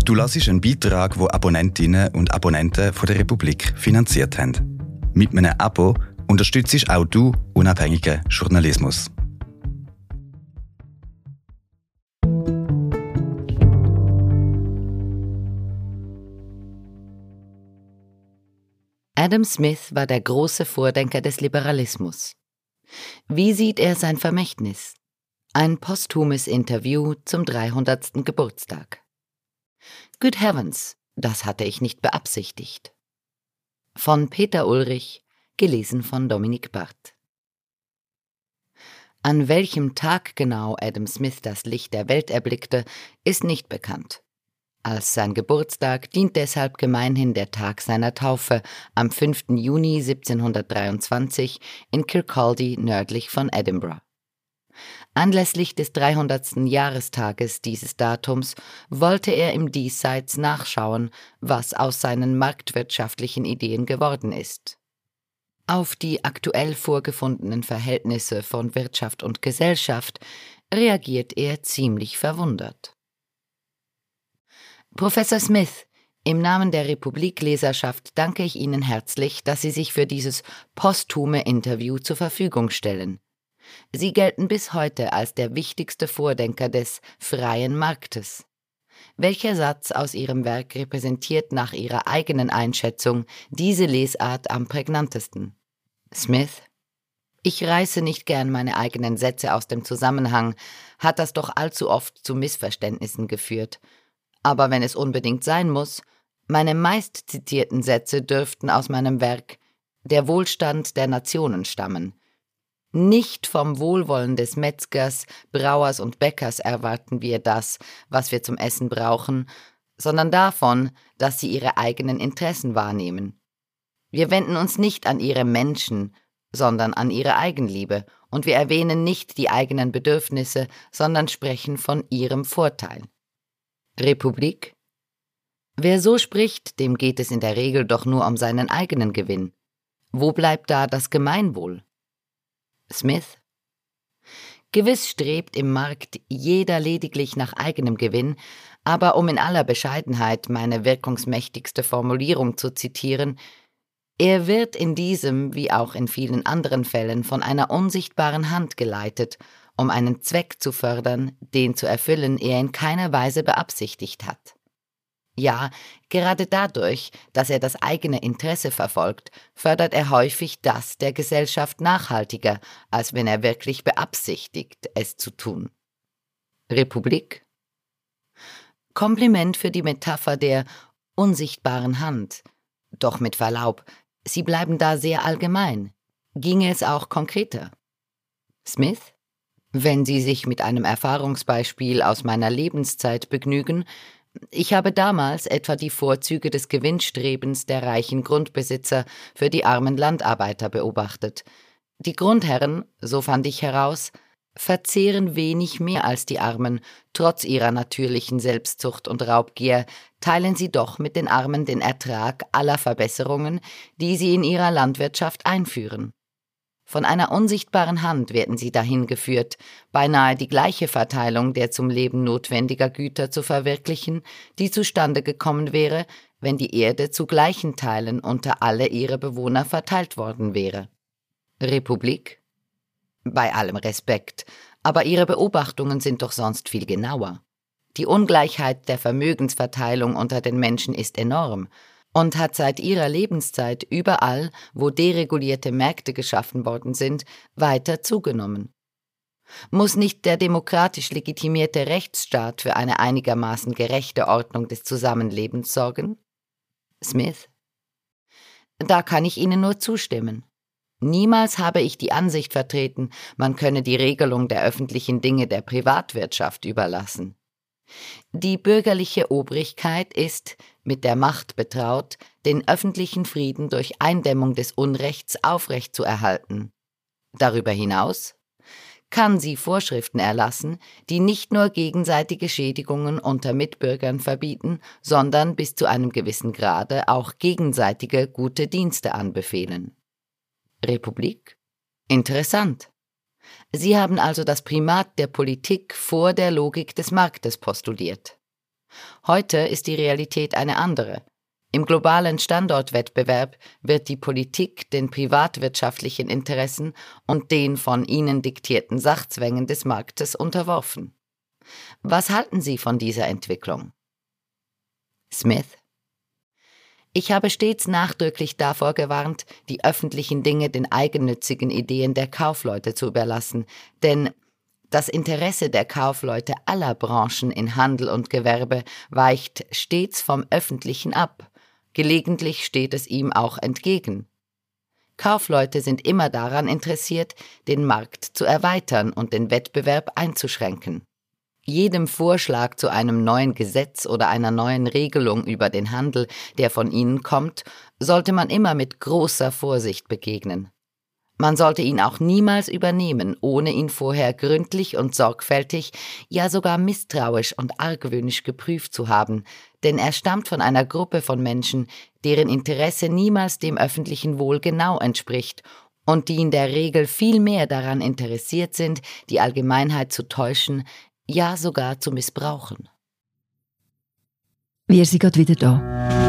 Du hörst einen Beitrag, den Abonnentinnen und Abonnenten von der Republik finanziert haben. Mit einem Abo unterstützt auch du unabhängigen Journalismus. Adam Smith war der große Vordenker des Liberalismus. Wie sieht er sein Vermächtnis? Ein posthumes Interview zum 300. Geburtstag. Good Heavens, das hatte ich nicht beabsichtigt. Von Peter Ulrich, gelesen von Dominique Barth. An welchem Tag genau Adam Smith das Licht der Welt erblickte, ist nicht bekannt. Als sein Geburtstag dient deshalb gemeinhin der Tag seiner Taufe am 5. Juni 1723 in Kirkcaldy nördlich von Edinburgh. Anlässlich des 300. Jahrestages dieses Datums wollte er im Diesseits nachschauen, was aus seinen marktwirtschaftlichen Ideen geworden ist. Auf die aktuell vorgefundenen Verhältnisse von Wirtschaft und Gesellschaft reagiert er ziemlich verwundert. Professor Smith, im Namen der Republik-Leserschaft danke ich Ihnen herzlich, dass Sie sich für dieses posthume Interview zur Verfügung stellen. Sie gelten bis heute als der wichtigste Vordenker des freien Marktes. Welcher Satz aus Ihrem Werk repräsentiert nach Ihrer eigenen Einschätzung diese Lesart am prägnantesten? Smith: Ich reiße nicht gern meine eigenen Sätze aus dem Zusammenhang, hat das doch allzu oft zu Missverständnissen geführt. Aber wenn es unbedingt sein muss, meine meist zitierten Sätze dürften aus meinem Werk Der Wohlstand der Nationen stammen. Nicht vom Wohlwollen des Metzgers, Brauers und Bäckers erwarten wir das, was wir zum Essen brauchen, sondern davon, dass sie ihre eigenen Interessen wahrnehmen. Wir wenden uns nicht an ihre Menschen, sondern an ihre Eigenliebe, und wir erwähnen nicht die eigenen Bedürfnisse, sondern sprechen von ihrem Vorteil. Republik? Wer so spricht, dem geht es in der Regel doch nur um seinen eigenen Gewinn. Wo bleibt da das Gemeinwohl? Smith: Gewiss strebt im Markt jeder lediglich nach eigenem Gewinn, aber um in aller Bescheidenheit meine wirkungsmächtigste Formulierung zu zitieren, er wird in diesem wie auch in vielen anderen Fällen von einer unsichtbaren Hand geleitet, um einen Zweck zu fördern, den zu erfüllen er in keiner Weise beabsichtigt hat. Ja, gerade dadurch, dass er das eigene Interesse verfolgt, fördert er häufig das der Gesellschaft nachhaltiger, als wenn er wirklich beabsichtigt, es zu tun. Republik? Kompliment für die Metapher der unsichtbaren Hand. Doch mit Verlaub, Sie bleiben da sehr allgemein. Ginge es auch konkreter? Smith? Wenn Sie sich mit einem Erfahrungsbeispiel aus meiner Lebenszeit begnügen, ich habe damals etwa die Vorzüge des Gewinnstrebens der reichen Grundbesitzer für die armen Landarbeiter beobachtet. Die Grundherren, so fand ich heraus, verzehren wenig mehr als die Armen, trotz ihrer natürlichen Selbstsucht und Raubgier, teilen sie doch mit den Armen den Ertrag aller Verbesserungen, die sie in ihrer Landwirtschaft einführen. Von einer unsichtbaren Hand werden sie dahin geführt, beinahe die gleiche Verteilung der zum Leben notwendiger Güter zu verwirklichen, die zustande gekommen wäre, wenn die Erde zu gleichen Teilen unter alle ihre Bewohner verteilt worden wäre. Republik? Bei allem Respekt, aber Ihre Beobachtungen sind doch sonst viel genauer. Die Ungleichheit der Vermögensverteilung unter den Menschen ist enorm und hat seit ihrer Lebenszeit überall, wo deregulierte Märkte geschaffen worden sind, weiter zugenommen. Muss nicht der demokratisch legitimierte Rechtsstaat für eine einigermaßen gerechte Ordnung des Zusammenlebens sorgen? Smith? Da kann ich Ihnen nur zustimmen. Niemals habe ich die Ansicht vertreten, man könne die Regelung der öffentlichen Dinge der Privatwirtschaft überlassen. Die bürgerliche Obrigkeit ist, mit der Macht betraut, den öffentlichen Frieden durch Eindämmung des Unrechts aufrechtzuerhalten. Darüber hinaus kann sie Vorschriften erlassen, die nicht nur gegenseitige Schädigungen unter Mitbürgern verbieten, sondern bis zu einem gewissen Grade auch gegenseitige gute Dienste anbefehlen. Republik? Interessant. Sie haben also das Primat der Politik vor der Logik des Marktes postuliert. Heute ist die Realität eine andere. Im globalen Standortwettbewerb wird die Politik den privatwirtschaftlichen Interessen und den von ihnen diktierten Sachzwängen des Marktes unterworfen. Was halten Sie von dieser Entwicklung? Smith: Ich habe stets nachdrücklich davor gewarnt, die öffentlichen Dinge den eigennützigen Ideen der Kaufleute zu überlassen, denn das Interesse der Kaufleute aller Branchen in Handel und Gewerbe weicht stets vom Öffentlichen ab. Gelegentlich steht es ihm auch entgegen. Kaufleute sind immer daran interessiert, den Markt zu erweitern und den Wettbewerb einzuschränken. Jedem Vorschlag zu einem neuen Gesetz oder einer neuen Regelung über den Handel, der von ihnen kommt, sollte man immer mit großer Vorsicht begegnen. Man sollte ihn auch niemals übernehmen, ohne ihn vorher gründlich und sorgfältig, ja sogar misstrauisch und argwöhnisch geprüft zu haben, denn er stammt von einer Gruppe von Menschen, deren Interesse niemals dem öffentlichen Wohl genau entspricht und die in der Regel viel mehr daran interessiert sind, die Allgemeinheit zu täuschen, ja sogar zu missbrauchen. Wir sind gerade wieder da.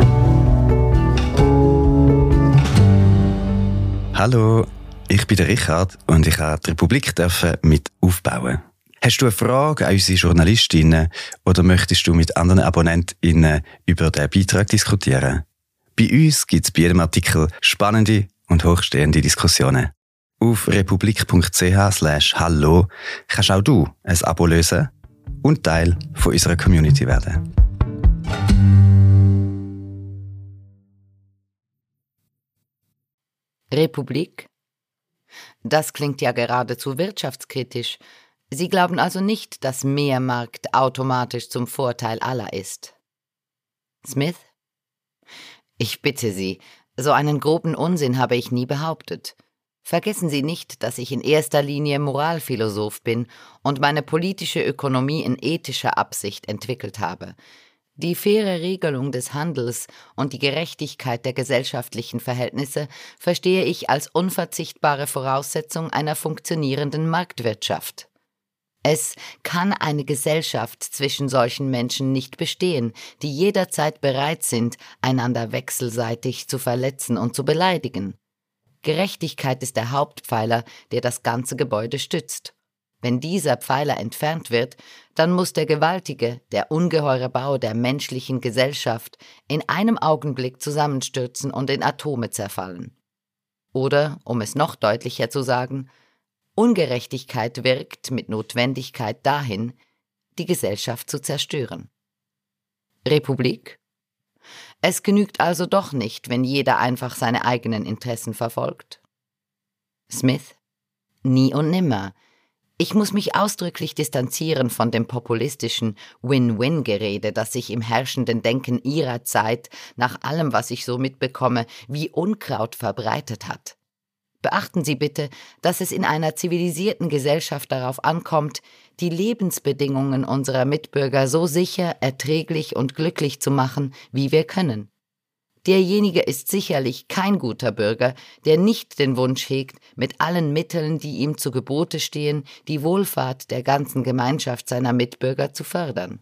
Hallo, ich bin der Richard und ich durfte die Republik mit aufbauen. Hast du eine Frage an unsere Journalistinnen oder möchtest du mit anderen AbonnentInnen über den Beitrag diskutieren? Bei uns gibt es bei jedem Artikel spannende und hochstehende Diskussionen. Auf republik.ch/hallo kannst auch du ein Abo lösen und Teil von unserer Community werden. Republik? Das klingt ja geradezu wirtschaftskritisch. Sie glauben also nicht, dass mehr Markt automatisch zum Vorteil aller ist. Smith? Ich bitte Sie, so einen groben Unsinn habe ich nie behauptet. Vergessen Sie nicht, dass ich in erster Linie Moralphilosoph bin und meine politische Ökonomie in ethischer Absicht entwickelt habe. Die faire Regelung des Handels und die Gerechtigkeit der gesellschaftlichen Verhältnisse verstehe ich als unverzichtbare Voraussetzung einer funktionierenden Marktwirtschaft. Es kann eine Gesellschaft zwischen solchen Menschen nicht bestehen, die jederzeit bereit sind, einander wechselseitig zu verletzen und zu beleidigen. Gerechtigkeit ist der Hauptpfeiler, der das ganze Gebäude stützt. Wenn dieser Pfeiler entfernt wird, dann muss der gewaltige, der ungeheure Bau der menschlichen Gesellschaft in einem Augenblick zusammenstürzen und in Atome zerfallen. Oder, um es noch deutlicher zu sagen, Ungerechtigkeit wirkt mit Notwendigkeit dahin, die Gesellschaft zu zerstören. Republik? Es genügt also doch nicht, wenn jeder einfach seine eigenen Interessen verfolgt. Smith? Nie und nimmer. Ich muss mich ausdrücklich distanzieren von dem populistischen Win-Win-Gerede, das sich im herrschenden Denken ihrer Zeit, nach allem, was ich so mitbekomme, wie Unkraut verbreitet hat. Beachten Sie bitte, dass es in einer zivilisierten Gesellschaft darauf ankommt, die Lebensbedingungen unserer Mitbürger so sicher, erträglich und glücklich zu machen, wie wir können. Derjenige ist sicherlich kein guter Bürger, der nicht den Wunsch hegt, mit allen Mitteln, die ihm zu Gebote stehen, die Wohlfahrt der ganzen Gemeinschaft seiner Mitbürger zu fördern.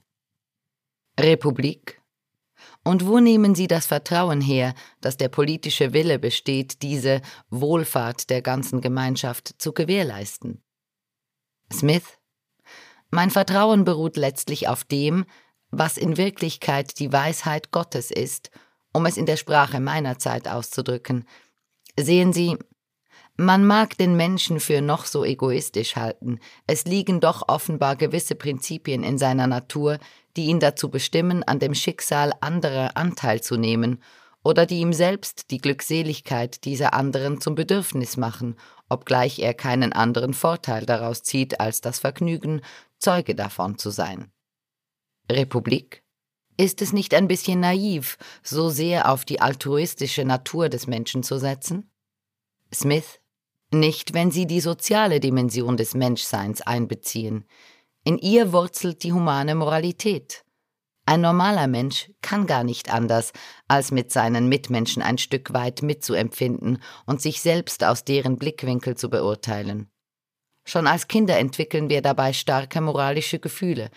Republik? Und wo nehmen Sie das Vertrauen her, dass der politische Wille besteht, diese Wohlfahrt der ganzen Gemeinschaft zu gewährleisten? Smith? Mein Vertrauen beruht letztlich auf dem, was in Wirklichkeit die Weisheit Gottes ist, um es in der Sprache meiner Zeit auszudrücken. Sehen Sie, man mag den Menschen für noch so egoistisch halten, es liegen doch offenbar gewisse Prinzipien in seiner Natur, die ihn dazu bestimmen, an dem Schicksal anderer Anteil zu nehmen oder die ihm selbst die Glückseligkeit dieser anderen zum Bedürfnis machen, obgleich er keinen anderen Vorteil daraus zieht, als das Vergnügen, Zeuge davon zu sein. Republik? Ist es nicht ein bisschen naiv, so sehr auf die altruistische Natur des Menschen zu setzen? Smith? Nicht, wenn Sie die soziale Dimension des Menschseins einbeziehen. In ihr wurzelt die humane Moralität. Ein normaler Mensch kann gar nicht anders, als mit seinen Mitmenschen ein Stück weit mitzuempfinden und sich selbst aus deren Blickwinkel zu beurteilen. Schon als Kinder entwickeln wir dabei starke moralische Gefühle.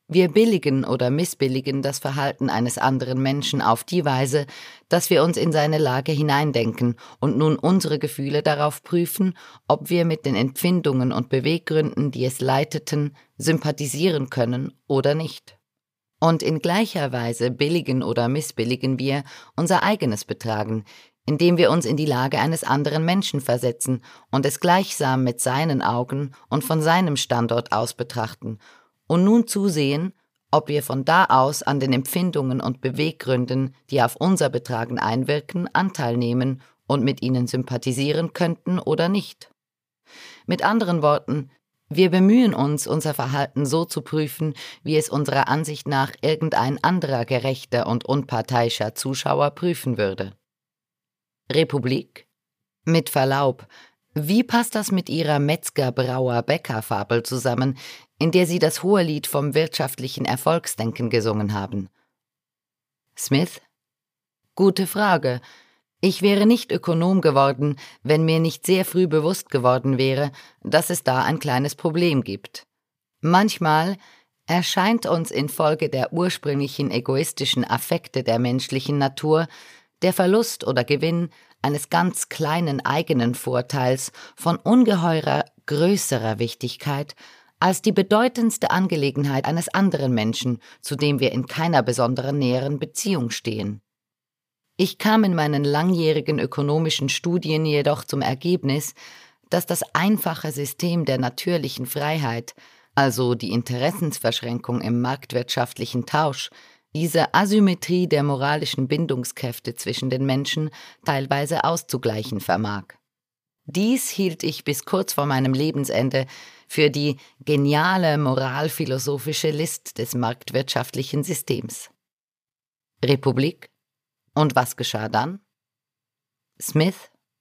Wir billigen oder missbilligen das Verhalten eines anderen Menschen auf die Weise, dass wir uns in seine Lage hineindenken und nun unsere Gefühle darauf prüfen, ob wir mit den Empfindungen und Beweggründen, die es leiteten, sympathisieren können oder nicht. Und in gleicher Weise billigen oder missbilligen wir unser eigenes Betragen, indem wir uns in die Lage eines anderen Menschen versetzen und es gleichsam mit seinen Augen und von seinem Standort aus betrachten und nun zusehen, ob wir von da aus an den Empfindungen und Beweggründen, die auf unser Betragen einwirken, Anteil nehmen und mit ihnen sympathisieren könnten oder nicht. Mit anderen Worten, wir bemühen uns, unser Verhalten so zu prüfen, wie es unserer Ansicht nach irgendein anderer gerechter und unparteiischer Zuschauer prüfen würde. Republik? Mit Verlaub, wie passt das mit Ihrer Metzger-Brauer-Bäcker-Fabel zusammen, in der Sie das Hohelied vom wirtschaftlichen Erfolgsdenken gesungen haben? Smith? Gute Frage. Ich wäre nicht Ökonom geworden, wenn mir nicht sehr früh bewusst geworden wäre, dass es da ein kleines Problem gibt. Manchmal erscheint uns infolge der ursprünglichen egoistischen Affekte der menschlichen Natur der Verlust oder Gewinn eines ganz kleinen eigenen Vorteils von ungeheurer, größerer Wichtigkeit als die bedeutendste Angelegenheit eines anderen Menschen, zu dem wir in keiner besonderen näheren Beziehung stehen. Ich kam in meinen langjährigen ökonomischen Studien jedoch zum Ergebnis, dass das einfache System der natürlichen Freiheit, also die Interessensverschränkung im marktwirtschaftlichen Tausch, diese Asymmetrie der moralischen Bindungskräfte zwischen den Menschen teilweise auszugleichen vermag. Dies hielt ich bis kurz vor meinem Lebensende für die geniale moralphilosophische List des marktwirtschaftlichen Systems. Republik? Und was geschah dann? Smith?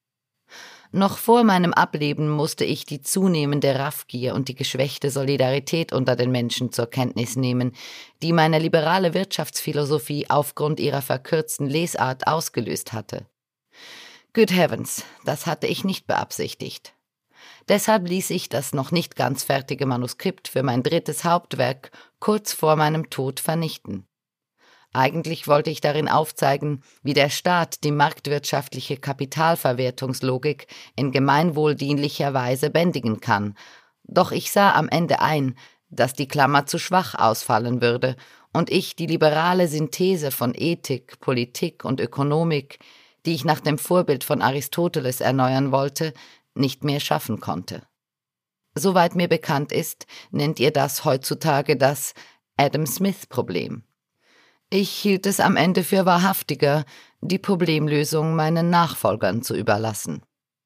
Noch vor meinem Ableben musste ich die zunehmende Raffgier und die geschwächte Solidarität unter den Menschen zur Kenntnis nehmen, die meine liberale Wirtschaftsphilosophie aufgrund ihrer verkürzten Lesart ausgelöst hatte. Good heavens, das hatte ich nicht beabsichtigt. Deshalb ließ ich das noch nicht ganz fertige Manuskript für mein drittes Hauptwerk kurz vor meinem Tod vernichten. Eigentlich wollte ich darin aufzeigen, wie der Staat die marktwirtschaftliche Kapitalverwertungslogik in gemeinwohldienlicher Weise bändigen kann. Doch ich sah am Ende ein, dass die Klammer zu schwach ausfallen würde und ich die liberale Synthese von Ethik, Politik und Ökonomik, die ich nach dem Vorbild von Aristoteles erneuern wollte, nicht mehr schaffen konnte. Soweit mir bekannt ist, nennt ihr das heutzutage das Adam-Smith-Problem. Ich hielt es am Ende für wahrhaftiger, die Problemlösung meinen Nachfolgern zu überlassen.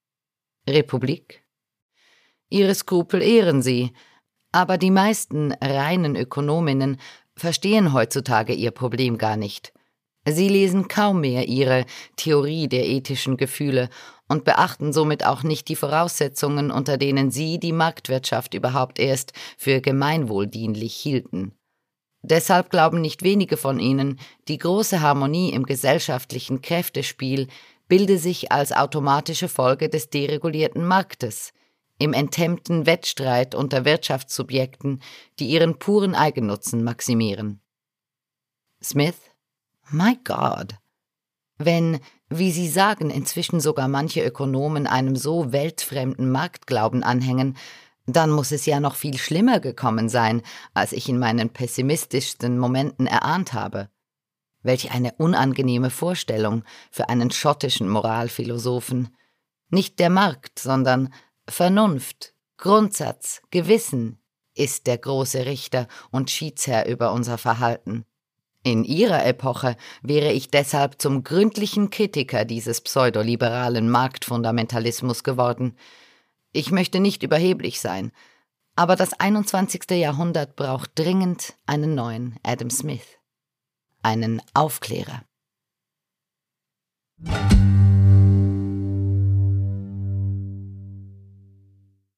Republik? Ihre Skrupel ehren Sie, aber die meisten reinen Ökonominnen verstehen heutzutage ihr Problem gar nicht. Sie lesen kaum mehr ihre Theorie der ethischen Gefühle und beachten somit auch nicht die Voraussetzungen, unter denen sie die Marktwirtschaft überhaupt erst für gemeinwohldienlich hielten. Deshalb glauben nicht wenige von ihnen, die große Harmonie im gesellschaftlichen Kräftespiel bilde sich als automatische Folge des deregulierten Marktes, im enthemmten Wettstreit unter Wirtschaftssubjekten, die ihren puren Eigennutzen maximieren. Smith? My God! Wenn, wie Sie sagen, inzwischen sogar manche Ökonomen einem so weltfremden Marktglauben anhängen, dann muss es ja noch viel schlimmer gekommen sein, als ich in meinen pessimistischsten Momenten erahnt habe. Welch eine unangenehme Vorstellung für einen schottischen Moralphilosophen. Nicht der Markt, sondern Vernunft, Grundsatz, Gewissen ist der große Richter und Schiedsherr über unser Verhalten. In Ihrer Epoche wäre ich deshalb zum gründlichen Kritiker dieses pseudoliberalen Marktfundamentalismus geworden. Ich möchte nicht überheblich sein, aber das 21. Jahrhundert braucht dringend einen neuen Adam Smith, einen Aufklärer.